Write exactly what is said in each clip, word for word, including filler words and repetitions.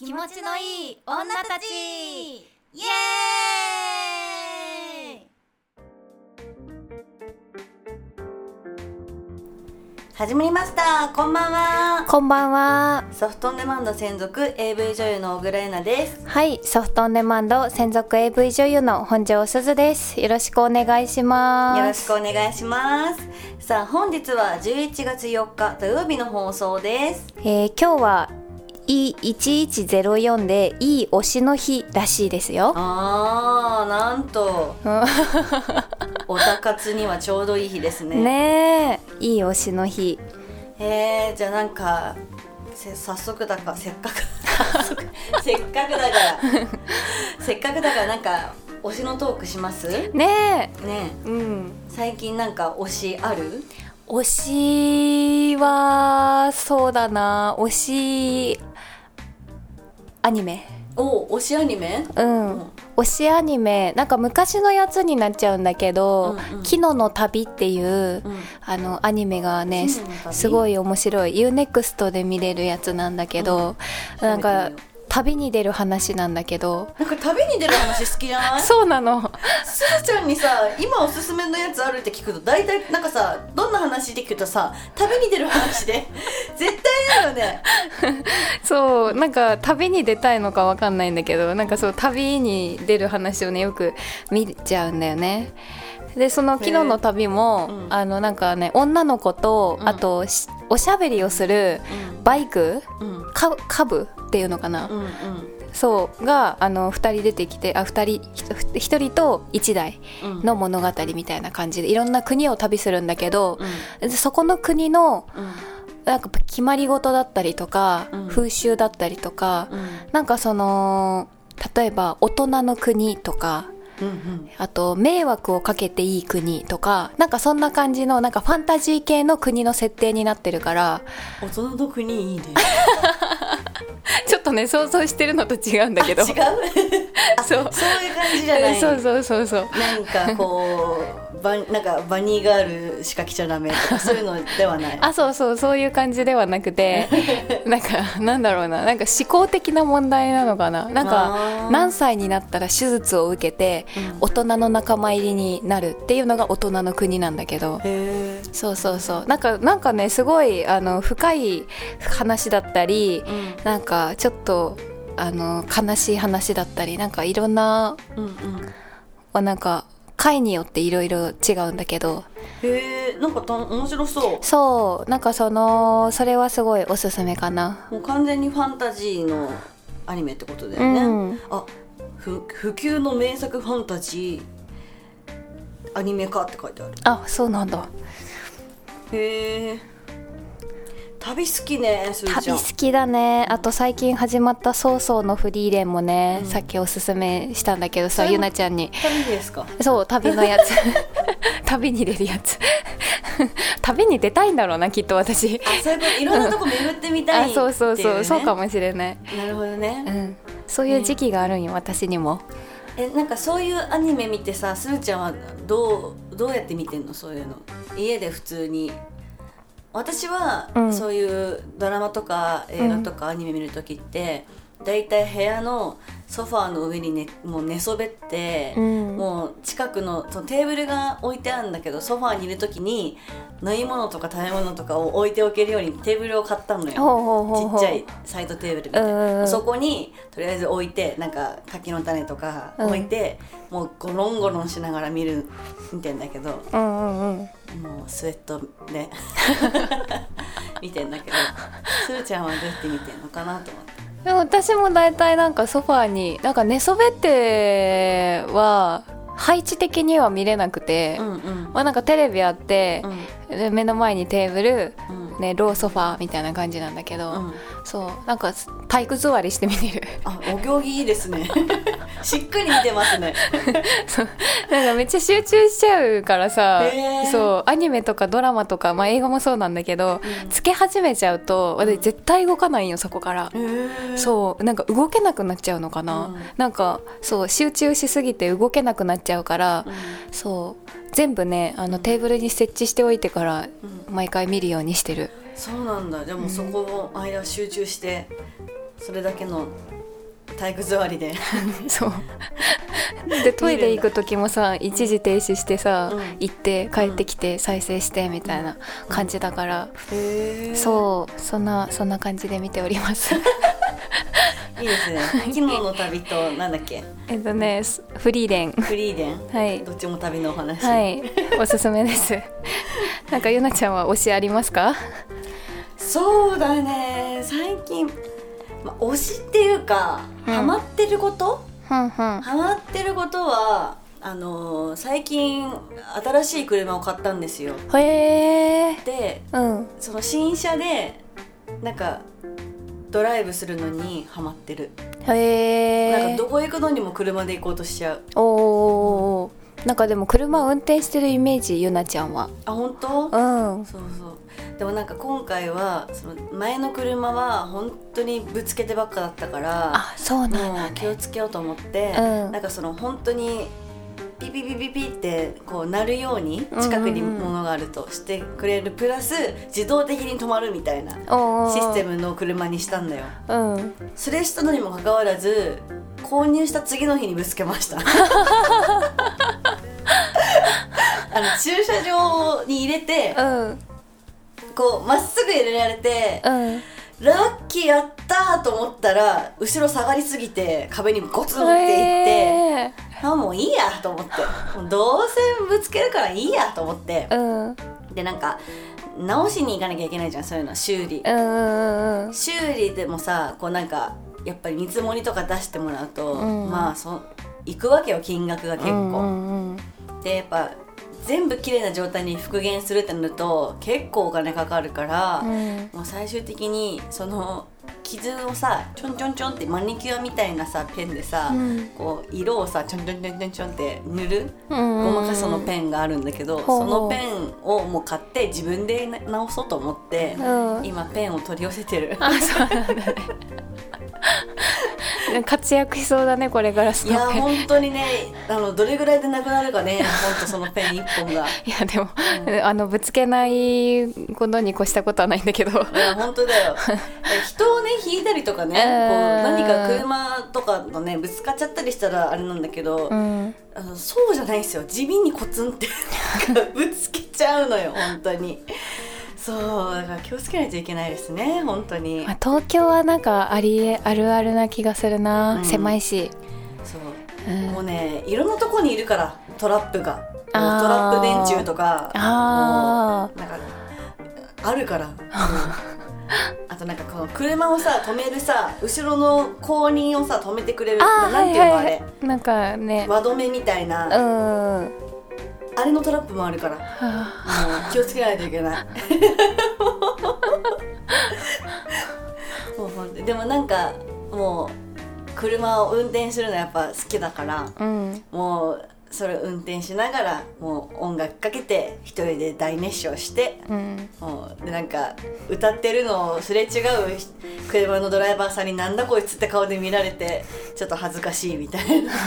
気持ちのいい女たちイエーイ。 始まりました。こんばんは。 こんばんは。 ソフトオンデマンド専属 エーブイ 女優の小倉優奈です。 はい、ソフトオンデマンド専属 エーブイ 女優の本庄すずです。よろしくお願いします。 よろしくお願いします。さあ本日はじゅういちがつよっか土曜日の放送です。 えー、今日はいちいちゼロよんでいい推しの日らしいですよ。 あー、なんとおたかつにはちょうどいい日ですね。 ねえ、いい推しの日。 えー、じゃあなんかせ早速だかせっかくせっかくだからせっかくだからなんか推しのトークしますねえ。 ねえ、 うん、 最近なんか推しある？ 推しはそうだな、推しアニメ。 お、推しアニメ？ うん、うん、推しアニメなんか昔のやつになっちゃうんだけど、うんうん、キノの旅っていう、うん、あのアニメがねすごい面白い ユーネクスト で見れるやつなんだけど、うん、なんか旅に出る話なんだけど、 なんか旅に出る話好きじゃない？ そうなの。 すずちゃんにさ、今おすすめのやつあるって聞くと大体なんかさ、どんな話で聞くとさ、旅に出る話で絶対あるよね。 そう、なんか旅に出たいのかわかんないんだけど、なんかそう旅に出る話をねよく見ちゃうんだよね。でその昨日の旅も、うん、あのなんかね女の子と、うん、あとおしゃべりをするバイク、うん、カ, カブっていうのかな、うんうん、そうがあのふたり出てきて、あふたりひとりといちだいの物語みたいな感じでいろんな国を旅するんだけど、うん、そこの国の、うん、なんか決まり事だったりとか、うん、風習だったりとか、うん、なんかその例えば大人の国とか、うんうん、あと迷惑をかけていい国とか、なんかそんな感じのなんかファンタジー系の国の設定になってるから、 大人の国いいね。 ちょっとね想像してるのと違うんだけど。 違うあそう、そういう感じじゃない。 そうそうそうそう、 なんかこうバなんかバニーガールしか来ちゃダメとかそういうのではない。 あ、そうそう、そういう感じではなくてなんかなんだろうな、なんか思考的な問題なのかな。なんか何歳になったら手術を受けて、うん、大人の仲間入りになるっていうのが大人の国なんだけど、へー、そうそうそう、なんかなんかねすごいあの深い話だったり、うん、なんかちょっとあの悲しい話だったり、なんかいろんな、うんうん、なんか回によっていろいろ違うんだけど、 へえ、なんかた面白そう。 そう、なんかそのそれはすごいおすすめかな。 もう完全にファンタジーのアニメってことだよね、うん、あ、ふ不朽の名作ファンタジーアニメ化って書いてある。 あ、そうなんだ。 へえ、旅好きね、すーちゃん。 旅好きだね。あと最近始まったソーソーのフリーレンもね、うん、さっきおすすめしたんだけどさ、ゆなちゃんに。 旅ですか？ そう、旅のやつ旅に出るやつ旅に出たいんだろうな、きっと私。 あ、そういうこと、いろんなとこ巡ってみたいっていう、ね、 あ、そうそうそう、そうかもしれない。 なるほどね、 うん、そういう時期があるんよ、ね、私にも。 え、なんかそういうアニメ見てさ、すーちゃんはどうどうやって見てんの？そういうの家で普通に。私は、うん、そういうドラマとか映画とかアニメ見るときって、うん、だいたい部屋のソファーの上に、ね、もう寝そべって、うん、もう近く の, そのテーブルが置いてあるんだけど、ソファーにいるときに飲み物とか食べ物とかを置いておけるようにテーブルを買ったのよ。 ほうほうほうほう、 ちっちゃいサイドテーブルみたいな、そこにとりあえず置いて、なんか柿の種とか置いて、うん、もうゴロンゴロンしながら見る見てんだけど、うんうんうん、もうスウェットで見てんだけど、すーちゃんはどうやって見てんのかなと思って。 でも私もだいたいなんかソファーになんか寝そべっては配置的には見れなくて、うんうん、まあ、なんかテレビあって、うん、で目の前にテーブル、うん、ね、ローソファーみたいな感じなんだけど、うん、そうなんか体育座りして見てる。 あ、お行儀いいですねしっかり見てますねそう、なんかめっちゃ集中しちゃうからさ、そうアニメとかドラマとか、まあ、映画もそうなんだけど、うん、つけ始めちゃうと私絶対動かないよ、そこから。そうなんか動けなくなっちゃうのかな、うん、なんかそう集中しすぎて動けなくなっちゃうから、うん、そう全部ねあのテーブルに設置しておいてから毎回見るようにしてる。 そうなんだ。じゃあもうそこの間集中してそれだけの体育座りでそうでトイレ行く時もさ一時停止してさ、うん、行って帰ってきて再生してみたいな感じだから、うん、そうそんなそんな感じで見ておりますいいですね。昨日の旅となんだっけえっとねフリーレンフリーレン、 はい、 どっちも旅のお話、 はい、おすすめですなんかゆなちゃんは推しありますか？ そうだね最近、ま、推しっていうか、うん、ハマってること、うんうん、ハマってることはあのー、最近新しい車を買ったんですよ。 へー。 で、 うん、 その新車でなんかドライブするのにハマってる。 へー。 なんかどこ行くのにも車で行こうとしちゃう。 おー、なんかでも車運転してるイメージゆなちゃんは。 あ、本当？ うん。 そうそう。でもなんか今回はその前の車は本当にぶつけてばっかだったから、 あ、そうなんだね。 気をつけようと思って、 うん、 なんかその本当にピピピピピってこう鳴るように近くに物があるとしてくれる、プラス自動的に止まるみたいなシステムの車にしたんだよ。 うん、 それしたのにもかかわらず購入した次の日にぶつけましたあの駐車場に入れて、うん、こうまっすぐ入れられて、うん、ラッキーやったーと思ったら後ろ下がりすぎて壁にゴツンっていって、えー、あもういいやと思ってどうせぶつけるからいいやと思って、うん、でなんか直しに行かなきゃいけないじゃん、そういうの修理、うん、修理でもさこうなんかやっぱり見積もりとか出してもらうと、うん、まあそ行くわけよ金額が結構、うんうんうん、でやっぱ全部綺麗な状態に復元するってなると結構お金かかるから、うん、もう最終的にその傷をさちょんちょんちょんってマニキュアみたいなさペンでさ、うん、こう色をさちょんちょんちょんちょんちょんって塗る、うんうん、ごまかしのペンがあるんだけど、そのペンをもう買って自分で直そうと思って、うん、今ペンを取り寄せてる。 あ、そうなんだね活躍しそうだねこれガラスのペン。 いや本当にね、あのどれぐらいでなくなるかね本当そのペンいっぽんが。 いやでも、うん、あのぶつけないことに越したことはないんだけど。いや本当だよ人をね引いたりとかね、えー、こう何か車とかとねぶつかっちゃったりしたらあれなんだけど、うん、あのそうじゃないんですよ、地味にコツンってぶつけちゃうのよ本当に。そうだから気をつけないといけないですね本当に。 まあ、東京はなんかありあるあるな気がするな、うん、狭いし。 そう、うん、もうねいろんなとこにいるからトラップが、トラップ電柱とかあなんかあるから、うん、あとなんかこの車をさ止めるさ後ろの後輪をさ止めてくれる、 あなんていうの、はいはい、あれなんかね輪止めみたいな、うん、あれのトラップもあるから、はあ、もう気をつけないといけないもうでもなんかもう車を運転するのやっぱ好きだから、うん、もうそれ運転しながらもう音楽かけて一人で大熱唱して、うん、もうでなんか歌ってるのをすれ違う車のドライバーさんになんだこいつって顔で見られてちょっと恥ずかしいみたいな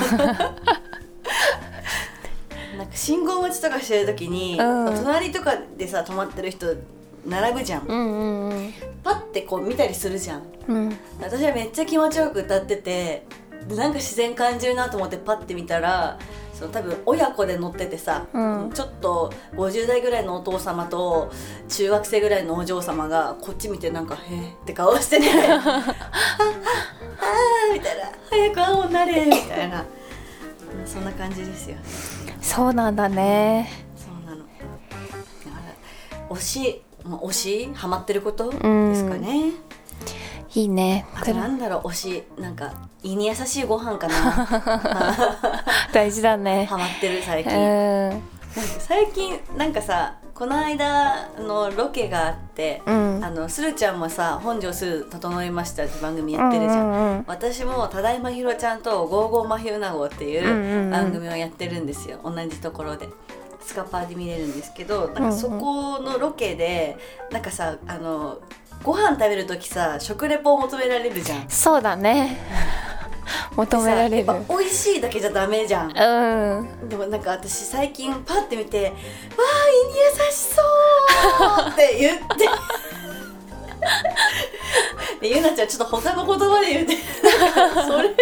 なんか信号待ちとかしてる時に、うん、隣とかでさ止まってる人並ぶじゃん、うんうんうん、パッてこう見たりするじゃん、うん、私はめっちゃ気持ちよく歌っててなんか自然感じるなと思ってパッて見たらその多分親子で乗っててさ、うん、ちょっとごじゅう代ぐらいのお父様と中学生ぐらいのお嬢様がこっち見てなんかへーって顔してねああみたいな早く青になれみたいなそんな感じですよ。 そうなんだね。 そうなの。推し、推しハマってることですかね。 いいね。 あとなんだろう推しなんか胃に優しいご飯かな。 大事だね。 ハマってる最近。なんか最近なんかさこの間のロケがあって、うん、あのスルちゃんもさ本庄する整いましたって番組やってるじゃん、うんうんうん、私もただいまひろちゃんとゴーゴーマヒューナゴっていう番組をやってるんですよ、同じところでスカパーで見れるんですけど、なんかそこのロケでなんかさあのご飯食べるときさ食レポを求められるじゃん。 そうだね求められる。 美味しいだけじゃダメじゃん、うん、でもなんか私最近パッて見てわあ胃に優しそうって言ってでゆなちゃんちょっと他の言葉で言うてそれ優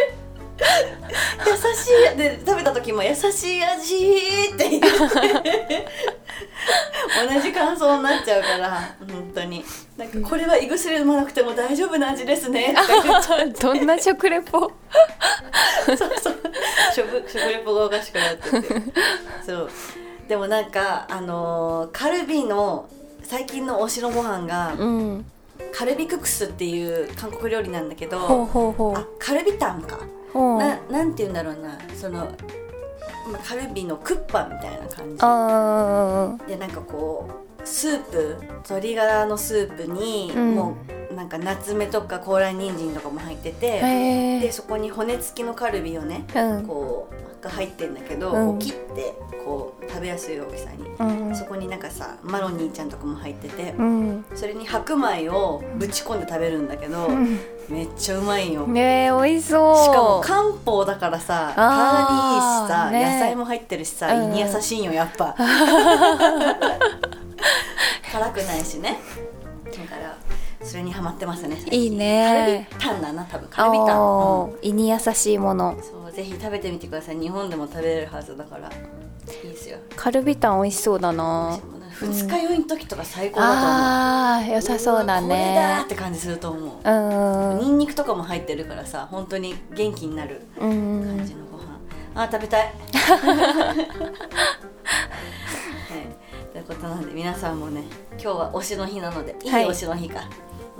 しいで食べた時も優しい味って言って同じ感想になっちゃうから本当になんかこれは胃薬飲まなくても大丈夫な味ですねとか言っちゃうどんな食レポそうそう食, 食レポがおかしくなっててそうでもなんかあのー、カルビの最近の推しのご飯が、うん、カルビククスっていう韓国料理なんだけどほうほうほうあカルビタンかな, なんて言うんだろうなそのカルビのクッパみたいな感じあでなんかこうスープ鶏ガラのスープに、うん、もうなんか夏目とか高麗人参とかも入っててでそこに骨付きのカルビをね、うん、こうが入ってんだけど、うん、こう切ってこう食べやすい大きさに、うん、そこになんかさマロニーちゃんとかも入ってて、うん、それに白米をぶち込んで食べるんだけど、うん、めっちゃうまいよ。 ねえ美味しそう。 しかも漢方だからさ体にいいしさ、ね、野菜も入ってるしさ、胃に優しいんよやっぱ辛くないしねだからそれにハマってますね。 いいね。 カルビタンだな多分カルビタン、 うん、胃に優しいもの。 そうぜひ食べてみてください。日本でも食べれるはずだからいいですよ。 カルビタン美味しそうだな。 二日酔いの時とか最高だと思う、うん、 あー良さそうだね。 これだって感じすると思う、うん、ニンニクとかも入ってるからさ本当に元気になる感じのご飯、うん、あー食べたい、はい、ということなんで皆さんもね今日は推しの日なのでいい推しの日か、はい、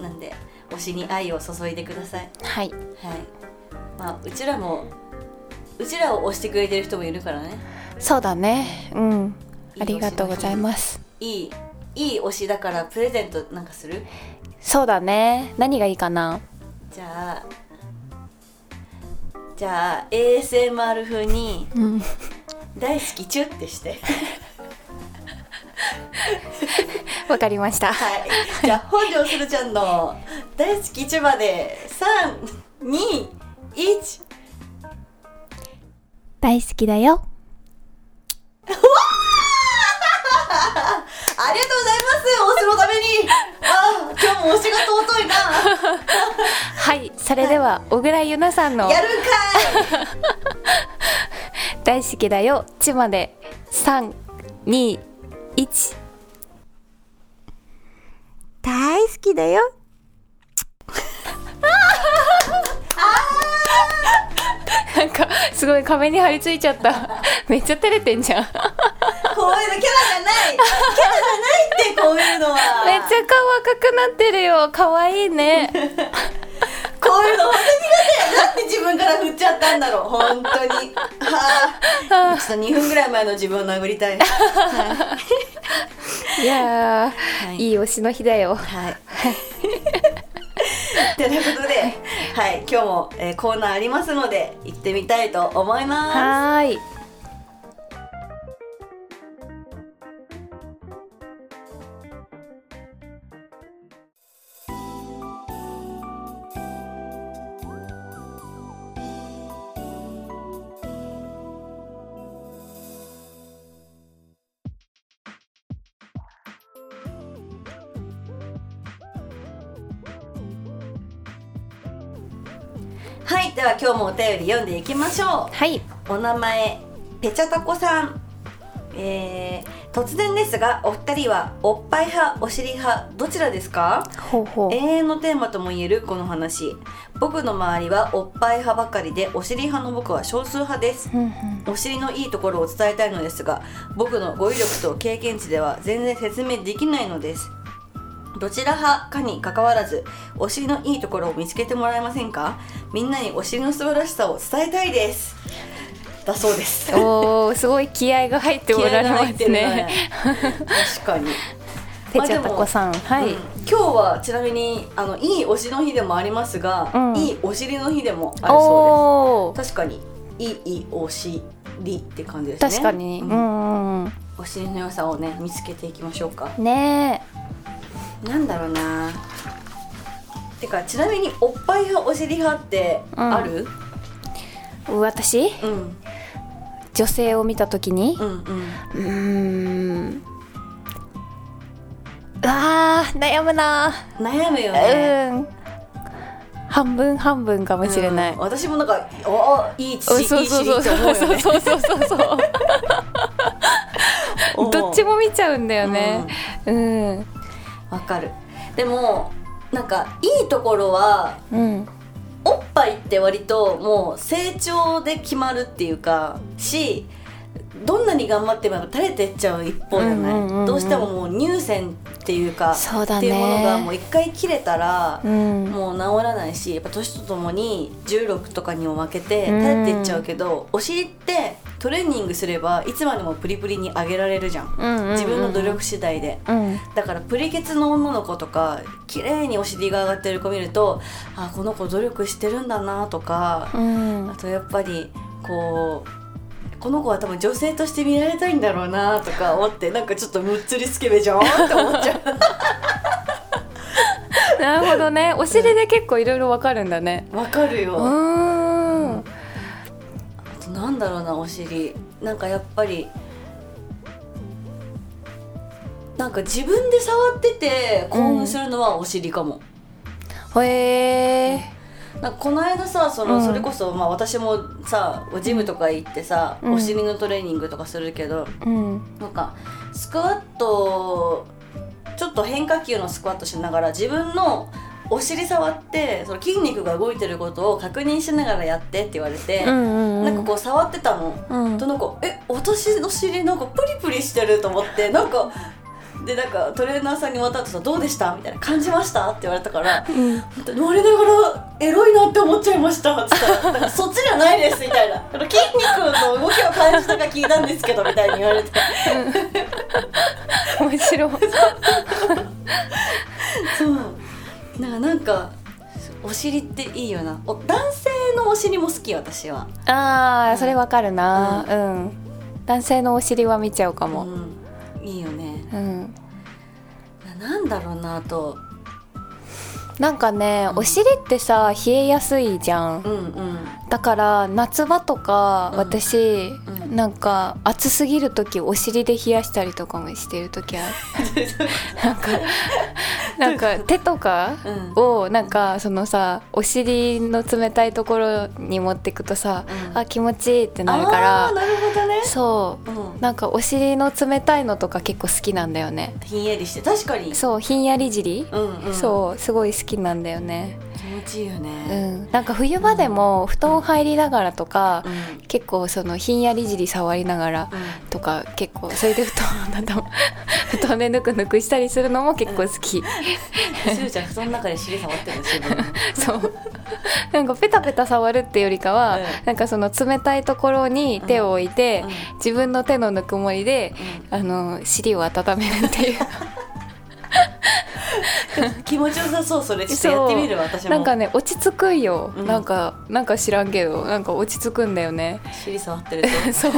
なんで推しに愛を注いでください。 はい、 はいまあ、うちらもうちらを推してくれてる人もいるからね。 そうだねうんありがとうございます。 いいいい推しだからプレゼントなんかする？ そうだね何がいいかな。 じゃあじゃあ エーエスエムアール 風に、うん、大好きチュってしてわかりました。 はいじゃあ本庄するちゃんの大好きチュまでさんにいち大好きだよ。 ありがとうございます推しのために。あ今日も推しが尊いなはいそれでは、はい、小倉優奈さんのやるんかい大好きだよちまでさんにいち大好きだよなんかすごい壁に張り付いちゃっためっちゃ照れてんじゃんこういうのキャラじゃないキャラじゃないってこういうのはめっちゃ顔赤くなってるよ可愛いねこういうの本当に苦手なんで自分から振っちゃったんだろう本当にはあちょっとにふんぐらい前の自分を殴りたい、はい、 いやー、はい、いい推しの日だよはいということで、はい、今日も、えー、コーナーありますので行ってみたいと思います。 はい。 はい、では今日もお便り読んでいきましょう。 はい。 お名前ペチャタコさん、えー、突然ですがお二人はおっぱい派お尻派どちらですか？ ほうほう。 永遠のテーマともいえるこの話。僕の周りはおっぱい派ばかりでお尻派の僕は少数派です、うんうん、お尻のいいところを伝えたいのですが僕の語彙力と経験値では全然説明できないのです。どちら派かに関わらずお尻のいいところを見つけてもらえませんか？みんなにお尻の素晴らしさを伝えたいですだそうです。 おーすごい気合が入っておられますね確かにペチャタコさん、はい、うん、 今日はちなみにあのいい推しの日でもありますが、うん、いいお尻の日でもあるそうです。確かにいいお尻って感じですね。 確かに、うんうんうん、 お尻の良さをね見つけていきましょうかね。 なんだろうな。てかちなみにおっぱい派お尻派ってある？ うん、私、うん、女性を見たときに、うんうん、うーんあー悩むな。 悩むよね。 半分半分かもしれない、 うん、私もなんかおいい血いい血って思うよね。 そうそうそうそうどっちも見ちゃうんだよね。うん、わ、 うん、かる。でもなんかいいところは、うん、おっぱいって割ともう成長で決まるっていうかし、どんなに頑張っても垂れてっちゃう一方じゃない、うんうんうんうん、どうしてももう乳腺っていうかそうだね、 っていうものがもう一回切れたら、うん、もう治らないし、やっぱ年とともにじゅうろくとかにも負けて垂れてっちゃうけど、うん、お尻ってトレーニングすればいつまでもプリプリに上げられるじゃん、うんうんうんうん、自分の努力次第で、うん、だからプリケツの女の子とか綺麗にお尻が上がってる子見ると、あ、この子努力してるんだなとか、うん、あとやっぱりこうこの子は多分女性として見られたいんだろうなとか思って、なんかちょっとむっつりスケベじゃんって思っちゃうなるほどね。お尻で結構いろいろわかるんだね。 わかるよ。うーん、あとなんだろうな、お尻なんかやっぱりなんか自分で触ってて興奮するのはお尻かも、 うん、へー。 なんかこの間さ、その、うん、それこそ、まあ、私もさジムとか行ってさ、うん、お尻のトレーニングとかするけど、うん、なんかスクワットちょっと変化球のスクワットしながら自分のお尻触ってその筋肉が動いてることを確認しながらやってって言われて、うんうんうん、なんかこう触ってたの、うん、となんかえ私の尻なんかプリプリしてると思って、なんかでなんかトレーナーさんに終わった後さ、どうでしたみたいな、感じましたって言われたから、うん、本当に我ながらエロいなって思っちゃいましたって言ったら、なんかそっちじゃないですみたいな、筋肉の動きを感じたか聞いたんですけどみたいに言われて、 うん、面白いそうなんか、なんかお尻っていいよな。お男性のお尻も好き、私は。 あー、うん、それわかるな、うん、うん、男性のお尻は見ちゃうかも、 うん、いいよね、うん、な, なんだろうな。となんかね、うん、お尻ってさ冷えやすいじゃん、うんうん、だから夏場とか、うん、私、うん、なんか暑すぎる時お尻で冷やしたりとかもしてる時あるなんかなんか手とかをなんかそのさお尻の冷たいところに持ってくとさ、うん、あ気持ちいいってなるから。 あ、なるほどね。 そう、うん、なんかお尻の冷たいのとか結構好きなんだよね。 ひんやりして、確かにそう、ひんやり尻、うんうん、そうすごい好きなんだよね。 気持ちいいよね、 うん、なんか冬場でも布団入りながらとか、うん、結構そのひんやり尻触りながらとか、うん、結構それで布団布団でぬくぬくしたりするのも結構好き、うん、 しずちゃん布団の中で尻触ってるんですよそうなんかペタペタ触るってよりかは、うん、なんかその冷たいところに手を置いて、うんうん、自分の手のぬくもりで、うん、あの尻を温めるっていう気持ちよさそう。それちょっとやってみるわ。私もなんかね落ち着くよ、うん、なんかなんか知らんけどなんか落ち着くんだよね、 尻触ってるとそう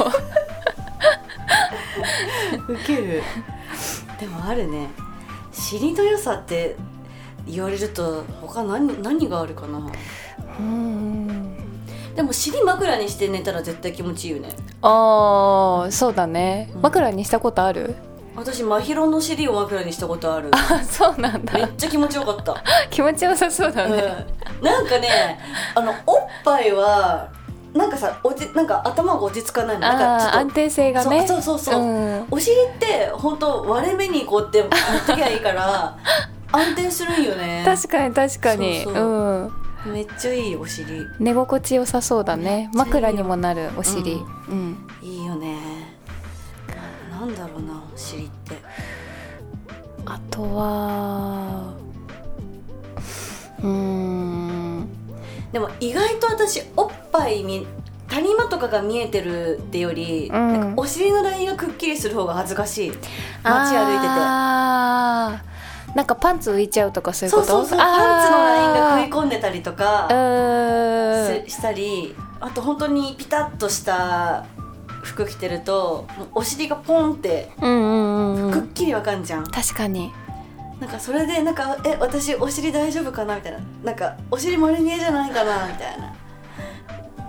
ウケる。でもあるね、尻の良さって言われると他 何, 何があるかな。うーん、でも尻枕にして寝たら絶対気持ちいいよね。 ああ、そうだね、うん、枕にしたことある？ 私真宙の尻を枕にしたことある。 あ、そうなんだ。 めっちゃ気持ちよかった気持ちよさそうだね、 うん、なんかね、あのおっぱいはなんかさ、おじなんか頭が落ち着かないの。なんかちょっと安定性がね。 そうそうそうそう、うん、お尻って本当割れ目にこうって持ってきゃいいから安定するんよね。 確かに確かに。そうそう、 うん、めっちゃいいお尻。 寝心地よさそうだね。枕にもなるお尻、うんうん、 いいよね。なんだろうな、お尻って。 あとはうーん、 でも意外と私おっぱいみ谷間とかが見えてるってより、うん、なんかお尻のラインがくっきりする方が恥ずかしい。街歩いてて、あー、なんかパンツ浮いちゃうとかそういうこと？ そうそうそう、パンツのラインが食い込んでたりとかしたり、あと本当にピタッとした服着てるとお尻がポンってくっきりわかんじゃん。 確かに。 なんかそれでなんかえ私お尻大丈夫かなみたいな、なんかお尻丸見えじゃないかなみたいな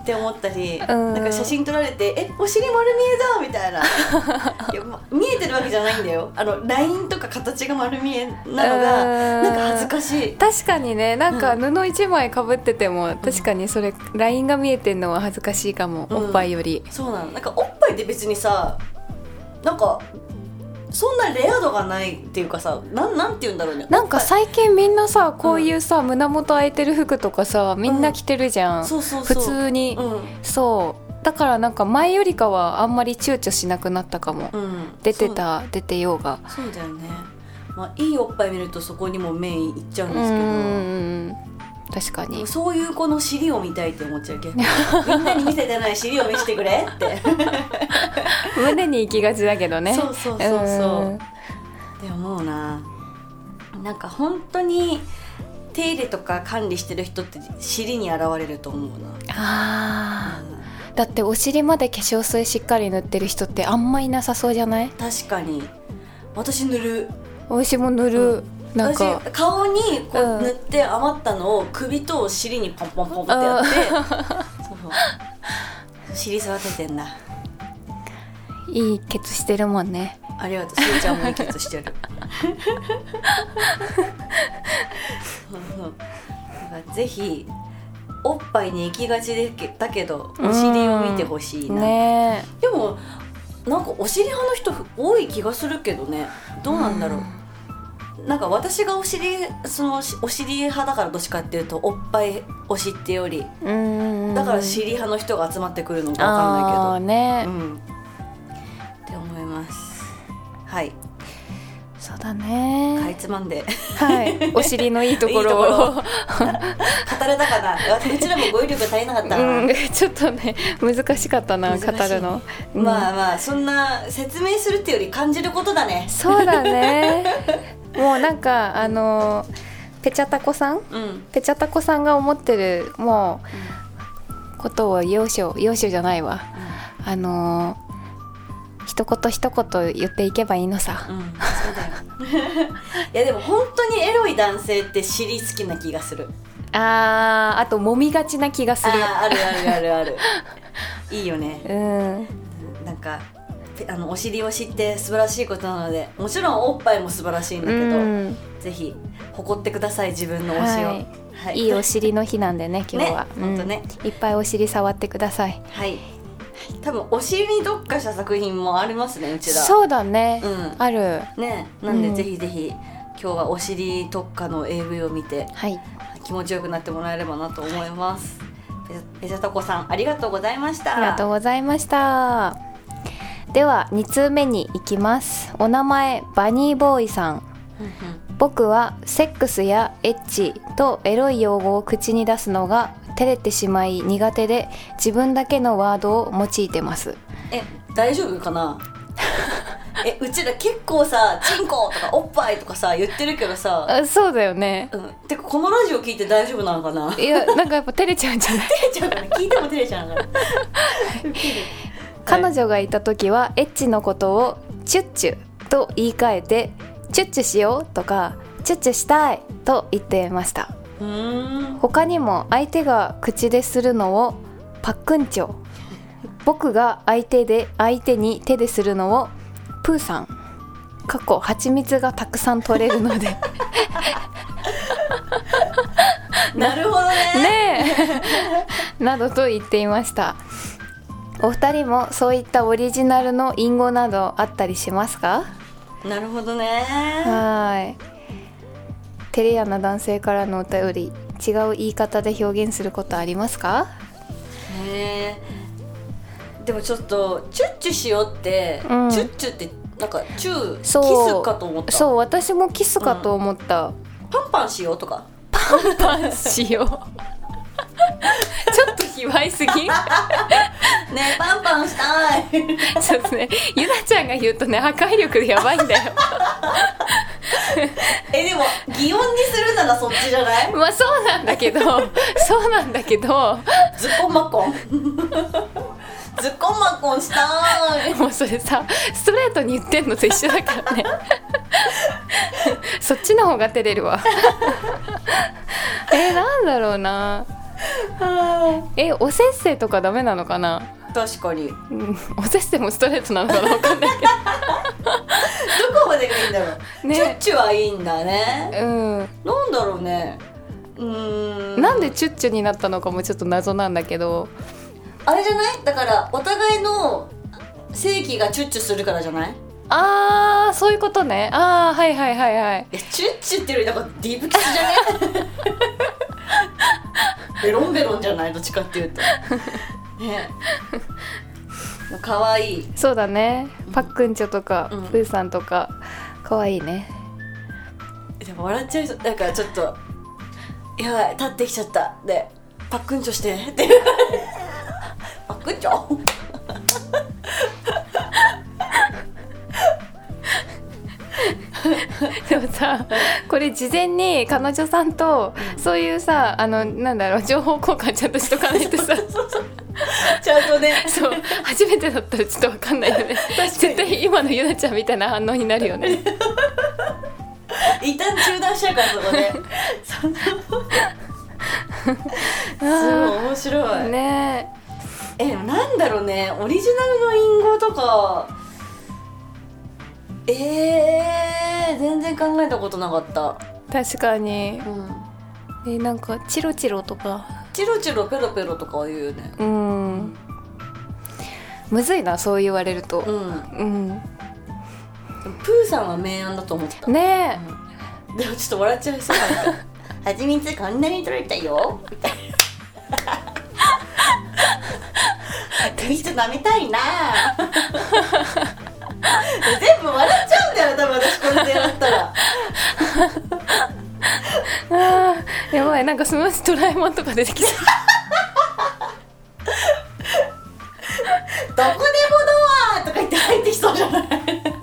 って思ったり、 うん、 なんか写真撮られてえお尻丸見えだみたいないや、ま、見えてるわけじゃないんだよ。あのラインとか形が丸見えなのがなんか恥ずかしい。 確かにね、なんか布一枚かぶってても、うん、確かにそれラインが見えてるのは恥ずかしいかも、うん、おっぱいより。 そうなの。なんかおっぱいって別にさなんかそんなレア度がないっていうかさ、な ん, なんて言うんだろうね。 なんか最近みんなさこういうさ、うん、胸元開いてる服とかさみんな着てるじゃん、うん、そうそうそう普通に、うん、そうだからなんか前よりかはあんまり躊躇しなくなったかも、うん、出てた出てようが。 そうだよね、まあ、いいおっぱい見るとそこにも目いっちゃうんですけど、うんうん確かにそういう子の尻を見たいって思っちゃうけどみんなに見せてない尻を見せてくれって胸に行きがちだけどね。 そうそうそうそう、うんで思うな。なんか本当に手入れとか管理してる人って尻に現れると思うな。 あ、うん、だってお尻まで化粧水しっかり塗ってる人ってあんまいなさそうじゃない？ 確かに私塗る。 私も塗る、うんなんか私顔にこう塗って余ったのを首と尻にポンポンポンってやって、うん、そう尻育ててんだ。 いいケツしてるもんね。 ありがとう。すーちゃんもいいケツしてるぜひおっぱいに行きがちだけどお尻を見てほしいな、ね、でもなんかお尻派の人多い気がするけどね。どうなんだろう、うんなんか私がお尻そのお尻派だからどっちかっていうとおっぱい推しってよりうんだから尻派の人が集まってくるのか分かんないけどあ、ねうん、って思います。はいそうだねかいつまんで、 はい、お尻のいいところをいいところ語れたかな。うちらも語彙力足りなかったな、うん、 ちょっとね難しかったな語るの、 うん、まあまあそんな説明するっていうより感じることだね。 そうだねもうなんかあのペチャタコさん、うん、ペチャタコさんが思ってるもうことを要所要所じゃないわ、うん、あの一言一言言っていけばいいのさ、うん、 そうだよいやでも本当にエロい男性って尻好きな気がする。 あーあと揉みがちな気がする。 ああるあるあるあるいいよね、 うん、 なんかあのお尻を知って素晴らしいことなのでもちろんおっぱいも素晴らしいんだけど、うん、ぜひ誇ってください自分の推しを、はいはい、いいお尻の日なんでね今日は、 ねうん、本当ねいっぱいお尻触ってください。 はい多分お尻に特化した作品もありますねうちら。 そうだね、うん、あるねなんで、うん、ぜひぜひ今日はお尻特化の エーブイ を見て、はい、気持ちよくなってもらえればなと思います。ペチャタコさんありがとうございました。 ありがとうございました。ではに通目に行きます。お名前バニーボーイさん僕はセックスやエッチとエロい用語を口に出すのが照れてしまい苦手で自分だけのワードを用いてます。 え大丈夫かなえうちら結構さチンコとかおっぱいとかさ言ってるけどさあそうだよね、 うん、てかこのラジオ聞いて大丈夫なのかな。 いやなんかやっぱ照れちゃうんじゃない照れちゃうから聞いても照れちゃうから彼女がいた時はエッチのことをチュッチュと言い換えてチュッチュしようとかチュッチュしたいと言っていました。 うーん他にも相手が口でするのをパックンチョ僕が相手で相手に手でするのをプーさん過去蜂蜜がたくさん取れるのでなるほどねねえなどと言っていました。お二人もそういったオリジナルの隠語などあったりしますか？ なるほどね。 はい照れ屋な男性からのお便り違う言い方で表現することありますか？ へーでもちょっとチュッチュしようって、うん、チュッチュってなんかチューキスかと思った。 そう私もキスかと思った、うん、 パンパンしようとかパンパンしようちょっと卑猥すぎねえパンパンしたいちょっとねゆなちゃんが言うとね破壊力やばいんだよえでも擬音にするならそっちじゃない？ まあそうなんだけどそうなんだけどズコマコンズコマコンしたい。 もうそれさストレートに言ってんのと一緒だからねそっちの方が照れるわえー、なんだろうなえおせっせとかダメなのかな。 確かに、 うん、おせっせもストレートなのかな分かんないけどどこまでがいいんだろう、ね、チュッチュはいいんだね。うん、なんだろうね。うーん、 なんでチュッチュになったのかもちょっと謎なんだけど。 あれじゃない、だからお互いの性器がチュッチュするからじゃない。 あーそういうことね。あーはいはいはいはい。 えチュッチュっていうよりなんかディープキスじゃねベロンベロンじゃない、どっちかっていうとね、かわいい。 そうだね、パックンチョとか、うん、プーさんとかかわいいね。 でも笑っちゃいそう。だからちょっとやばい、立ってきちゃったでパックンチョしてってパックンチョでもさ、これ事前に彼女さんとそういうさ、あのなんだろう、情報交換ちゃんとしとかないとさちゃんとね、 そう初めてだったらちょっと分かんないよね絶対今のゆなちゃんみたいな反応になるよね一旦中断しちゃうからそこですごい面白いね。 えなんだろうね、オリジナルの隠語とかえー、全然考えたことなかった。 確かに、うん、えなんかチロチロとかチロチロペロペロとかは言うよね。 うん、むずいなそう言われると。うん、うん、 プーさんは明暗だと思ったねえ、うん、でもちょっと笑っちゃいそうなんかはちみつこんなに取れたよみたいなはちみつ飲みたいな全部笑っちゃうんだよ多分私これでやったらあーやばい、なんかそのうちドラえもんとか出てきそうどこでもドアとか言って入ってきそうじゃない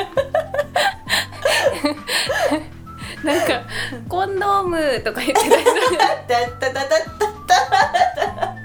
なんかコンドームとか言ってたりするだっただだった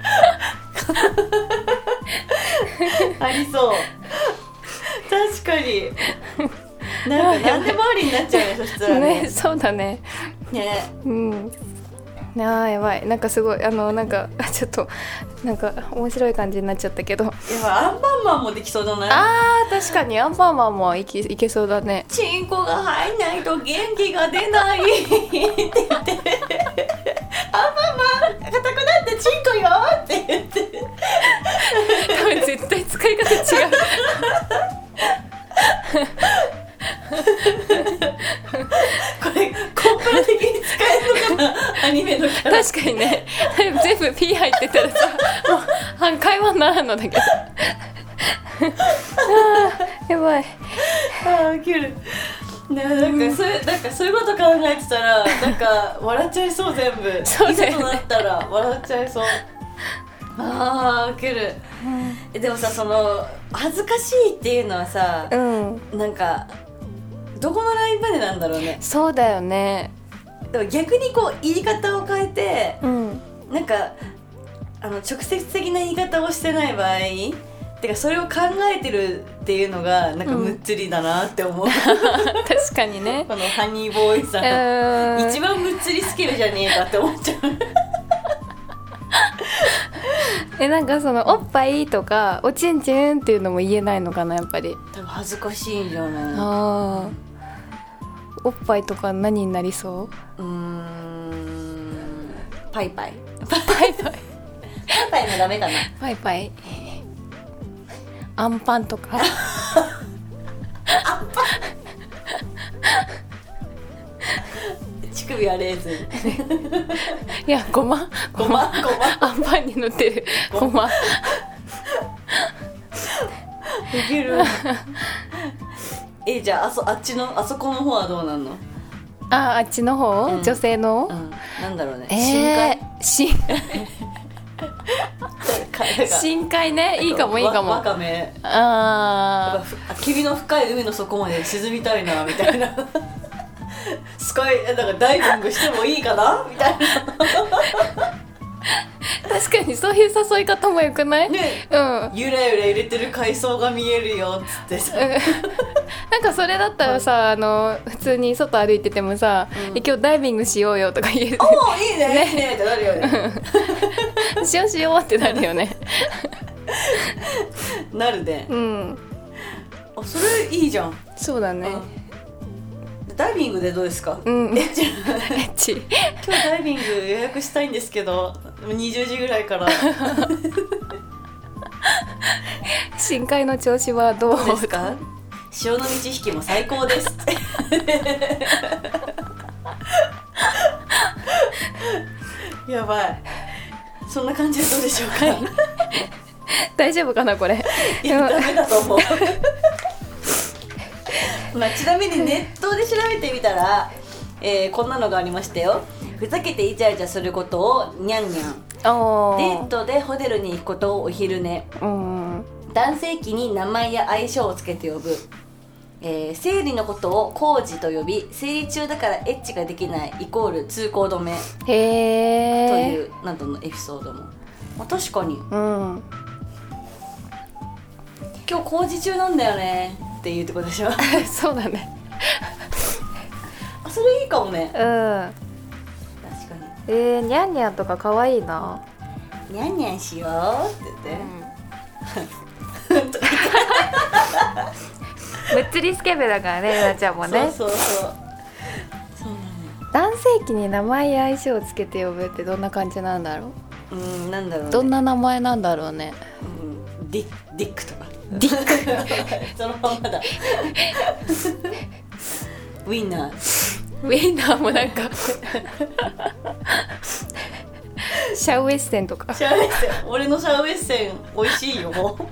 ありそう。確かになんか何でもありになっちゃうねそしたらね。 ね、そうだね。 ね、 うん。あーやばい、なんかすごいあのなんかちょっとなんか面白い感じになっちゃったけど。 やばい、アンパンマンもできそうじゃない？ あー確かにアンパンマンもいけ、いけそうだね。 チンコが入んないと元気が出ないって言ってアンパンマン硬くなってチンコよって言って多分絶対使い方違うこれコンプラ的に使えるのかなアニメのキャラ。 確かにね全部 P 入ってたらさもう会話にならんのだけどあやばい。 あーウケるね、なんかそういう、なんかそういうこと考えてたらなんか笑っちゃいそう全部。 そうだよね、 いざとなったら笑っちゃいそう。あーウケる、うん、でもさその恥ずかしいっていうのはさ、うん、なんかどこのラインまでなんだろうね。 そうだよね。 でも逆にこう言い方を変えて、うん、なんかあの直接的な言い方をしてない場合てかそれを考えてるっていうのがなんかむっつりだなって思う、うん、 確かにね。 このハニーボーイさん一番むっつりスキルじゃねえかって思っちゃうえなんかそのおっぱいとかおちんちんっていうのも言えないのかなやっぱり。 多分恥ずかしいんじゃない。 あおっぱいとか何になりそう？ うーんパイパイパイパイパイパイもダメかな。 パイパイアンパンとかアンパン乳首はレーズンいやごまごまごまアンパンに乗ってるごまできるえじゃあ あ, そあっちのあそこの方はどうなんの？ ああっちの方、うん、女性の、 うん、なんだろうね、 えー、深海深海ね、いいかもいいかも。 わかめああ霧の深い海の底まで沈みたいなみたいなスカイなんかダイビングしてもいいかなみたいな確かにそういう誘い方もよくない？ ね、うん、ゆらゆら入れてる海藻が見えるよっつってさなんかそれだったらさ、あの普通に外歩いててもさ、うん、今日ダイビングしようよとか言える。 おおいいね、ね、いいねってなるよね。 しようしようってなるよね。 なるね。 うん。 あ、それいいじゃん。 そうだね。 うん、ダイビングでどうですか？ うん。 エッチ。エッチ。 今日ダイビング予約したいんですけど、にじゅうじぐらいから。 深海の調子はどうですか？潮の満ち引きも最高です。やばい。そんな感じでどうでしょうか？はい、 大丈夫かなこれ。 いやダメだと思う。まあ、ちなみにネットで調べてみたら、えー、こんなのがありましたよ。ふざけてイチャイチャすることをニャンニャン。デートでホテルに行くことをお昼寝、うん、男性器に名前や愛称をつけて呼ぶ、えー、生理のことを工事と呼び、生理中だからエッチができないイコール通行止めへというなどのエピソードも、まあ、確かに、うん、今日工事中なんだよねっていうってことでしょ。 そうだね。 あ、それいいかもね。 うん、えー、ニャンニャンとか可愛いな。 ニャンニャンしようって言って、 うん、むっつりスケベだからね、ゆなちゃんもね。 そうそうそう、そうなの。男性器に名前や愛称をつけて呼ぶってどんな感じなんだろう。うん、なんだろう、ね、 どんな名前なんだろうね。 うん、ディディックとか。 ディック。 そのままだ。ウィンナー。 ウィンナーもなんかシャウエッセンとか。 シャウエッセン、俺のシャウエッセン美味しいよ。もう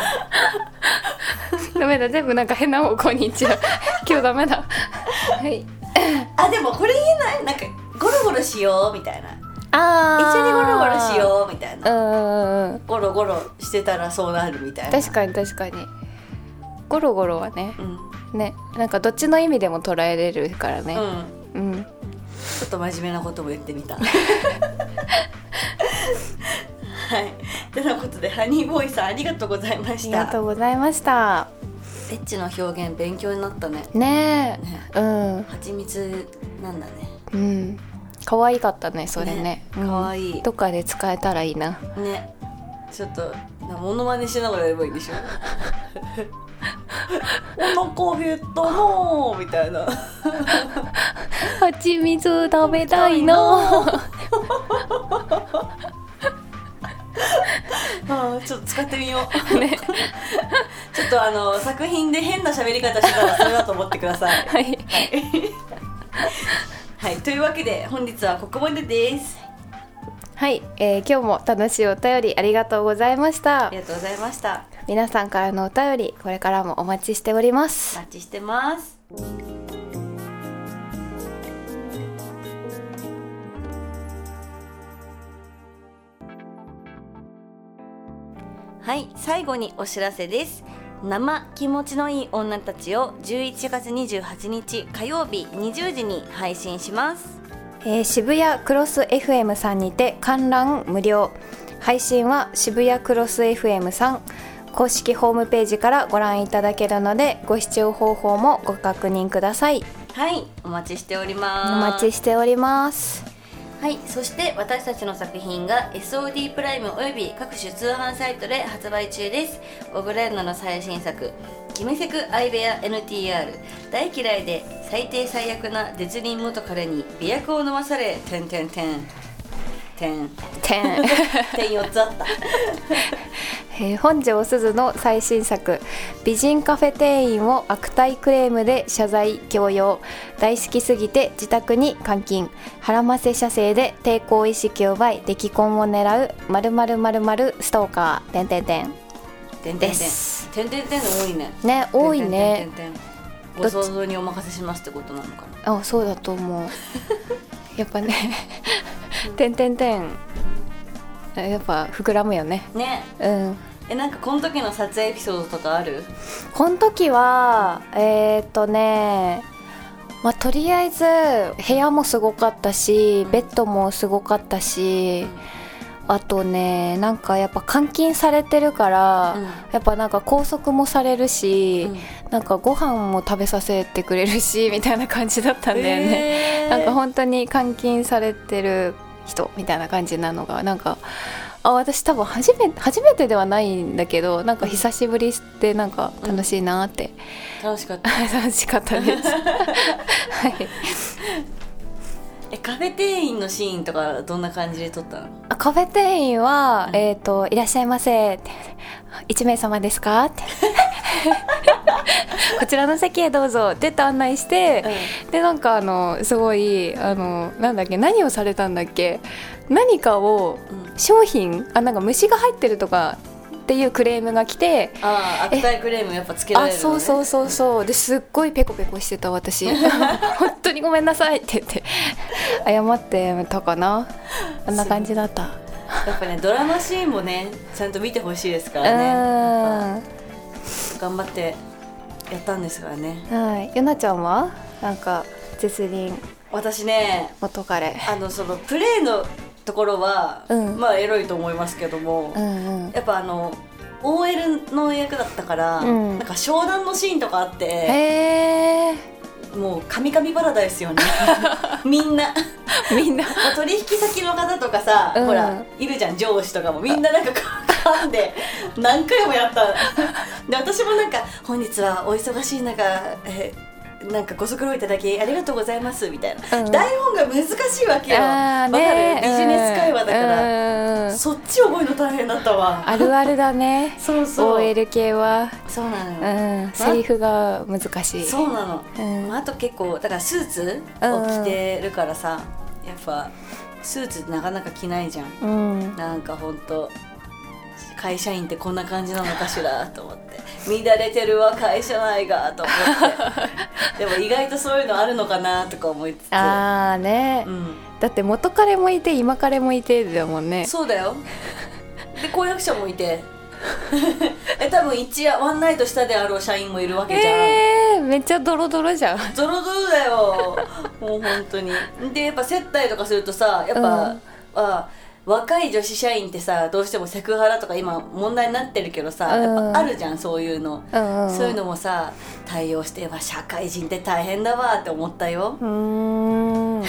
ダメだ、全部なんか変な方向に行っちゃう。今日ダメだ。はい。 あ、でもこれ言えない？なんかゴロゴロしようみたいな。 あー、 一緒にゴロゴロしようみたいな。 うん、 ゴロゴロしてたらそうなるみたいな。 確かに確かに。ゴロゴロはね、うん、ね、なんかどっちの意味でも捉えれるからね。うん、うん、 ちょっと真面目なことも言ってみた。はい。ということでハニーボーイさんありがとうございました。 ありがとうございました。 エッチの表現勉強になったね。 ねえ、ね、うん。 蜂蜜なんだね。 うん。可愛かったね、それね。ね、 可愛い、うん。 どっかで使えたらいいな。 ね。ちょっとモノマネしながらやればいいんでしょ。お腹減ったのみたいな。 蜂蜜食べたいな。 あ、ちょっと使ってみよう。ね、ちょっとあの作品で変な喋り方してたらそれだと思ってください。はい。はい。はい、というわけで本日はここまでです。 はい、えー、今日も楽しいお便りありがとうございました。 ありがとうございました。 皆さんからのお便りこれからもお待ちしております。 お待ちしてます。はい、最後にお知らせです。生気持ちのいい女たちをじゅういちがつにじゅうはちにち火曜日にじゅうじに配信します。 えー、渋谷クロス エフエム さんにて観覧無料。配信は渋谷クロス エフエム さん公式ホームページからご覧いただけるので、ご視聴方法もご確認ください。 はい、お待ちしております。 お待ちしております。 はい、そして私たちの作品が エスオーディー プライムおよび各種通販サイトで発売中です。オグレンナの最新作キメセクアイベア エヌティーアール 大嫌いで最低最悪な絶倫元彼に美薬を飲まされてんてんてん点点点よっつあった。 えー、本庄すずの最新作美人カフェ店員を悪態クレームで謝罪強要、大好きすぎて自宅に監禁、腹ませ射精で抵抗意識を奪い溺婚を狙う〇〇〇〇ストーカー点点点です。 点点点多いね。 ね、多いね。 ご想像にお任せしますってことなのかな。あ、そうだと思う。やっぱね点点点やっぱ膨らむよね。 ね。 うん。 え、なんかこの時の撮影エピソードとかある？ この時はえー、っとねまあとりあえず部屋もすごかったし、ベッドもすごかったし、 あとねなんかやっぱ監禁されてるから、うん、やっぱなんか拘束もされるし、うん、なんかご飯も食べさせてくれるしみたいな感じだったんだよね、えー、なんか本当に監禁されてる人みたいな感じなのがなんかあ私多分初め初めてではないんだけどなんか久しぶりでなんか楽しいなって、 うん、楽しかった楽しかったですはいえカフェ店員のシーンとかどんな感じで撮ったの？ あカフェ店員は、うん、えーといらっしゃいませっていち名様ですかってこちらの席へどうぞって案内して、うん、でなんかあのすごいあのなんだっけ何をされたんだっけ何かを、うん、商品あなんか虫が入ってるとかっていうクレームが来てあ悪態クレームやっぱつけられるのね。 あそうそうそうそうですっごいペコペコしてた私本当にごめんなさいって言って謝ってたかなあんな感じだったやっぱねドラマシーンもねちゃんと見てほしいですからね頑張ってやったんですからね。 はいゆなちゃんはなんか絶倫私ね元彼あのそのプレーのところは、うん、まあエロいと思いますけども、うんうん、やっぱあの オーエル の役だったから、うん、なんか商談のシーンとかあってへーもうカミカミパラダイスよねみんなみんな取引先の方とかさ、うん、ほらいるじゃん上司とかもみんななんか噛んで何回もやったで私もなんか本日はお忙しい中えなんかご足労いただきありがとうございますみたいな、うん、台本が難しいわけよ。わかるビジネス会話だから、うん、そっち覚えるの大変だったわ。 あるあるだねそうそうオーエル 系はそうなのよ、 うん、セリフが難しい。 そうなの、うん、あと結構だからスーツを着てるからさ、うん、やっぱスーツなかなか着ないじゃん、うん、なんかほんと会社員ってこんな感じなのかしらと思って乱れてるわ会社内がと思ってでも意外とそういうのあるのかなとか思いつつあーね、うん、だって元彼もいて今彼もいてだもんね。 そうだよで婚約者もいてえ多分一夜ワンナイトしたであろう社員もいるわけじゃん。 えー、めっちゃドロドロじゃん。 ドロドロだよもう本当に。でやっぱ接待とかするとさやっぱ、うん、あ若い女子社員ってさどうしてもセクハラとか今問題になってるけどさ、うん、やっぱあるじゃんそういうの、うん、そういうのもさ対応しては社会人って大変だわって思ったよ。うーん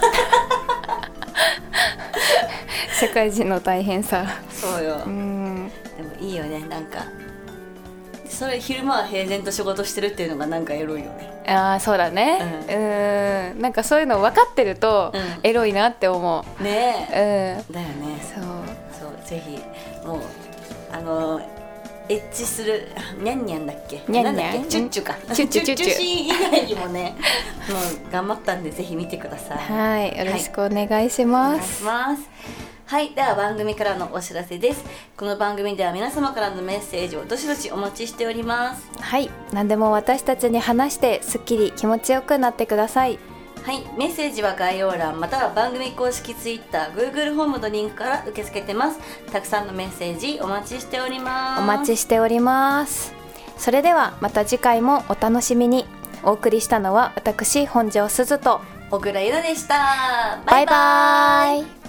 社会人の大変さ。 そうよ。うんでもいいよねなんかそれ昼間は平然と仕事してるっていうのがなんかエロいよね。 ああそうだね、うん、うんなんかそういうの分かってるとエロいなって思う、 ねえ、うん、だよね。 そうそうぜひもうあのエッチするニャンニャンだっけニャンニャンチュッチュかチュッチュチュッチュシーン以外にもねもう頑張ったんでぜひ見てください。 はいよろしくお願いします、 はい、お願いします。はい、では番組からのお知らせです。この番組では皆様からのメッセージをどしどしお待ちしております。 はい、何でも私たちに話してすっきり気持ちよくなってください。 はい、メッセージは概要欄または番組公式 Twitter、Google ホームのリンクから受け付けてます。たくさんのメッセージお待ちしております。 お待ちしております。それではまた次回もお楽しみに。お送りしたのは私本庄すずと小倉優奈でした。 バイバイ。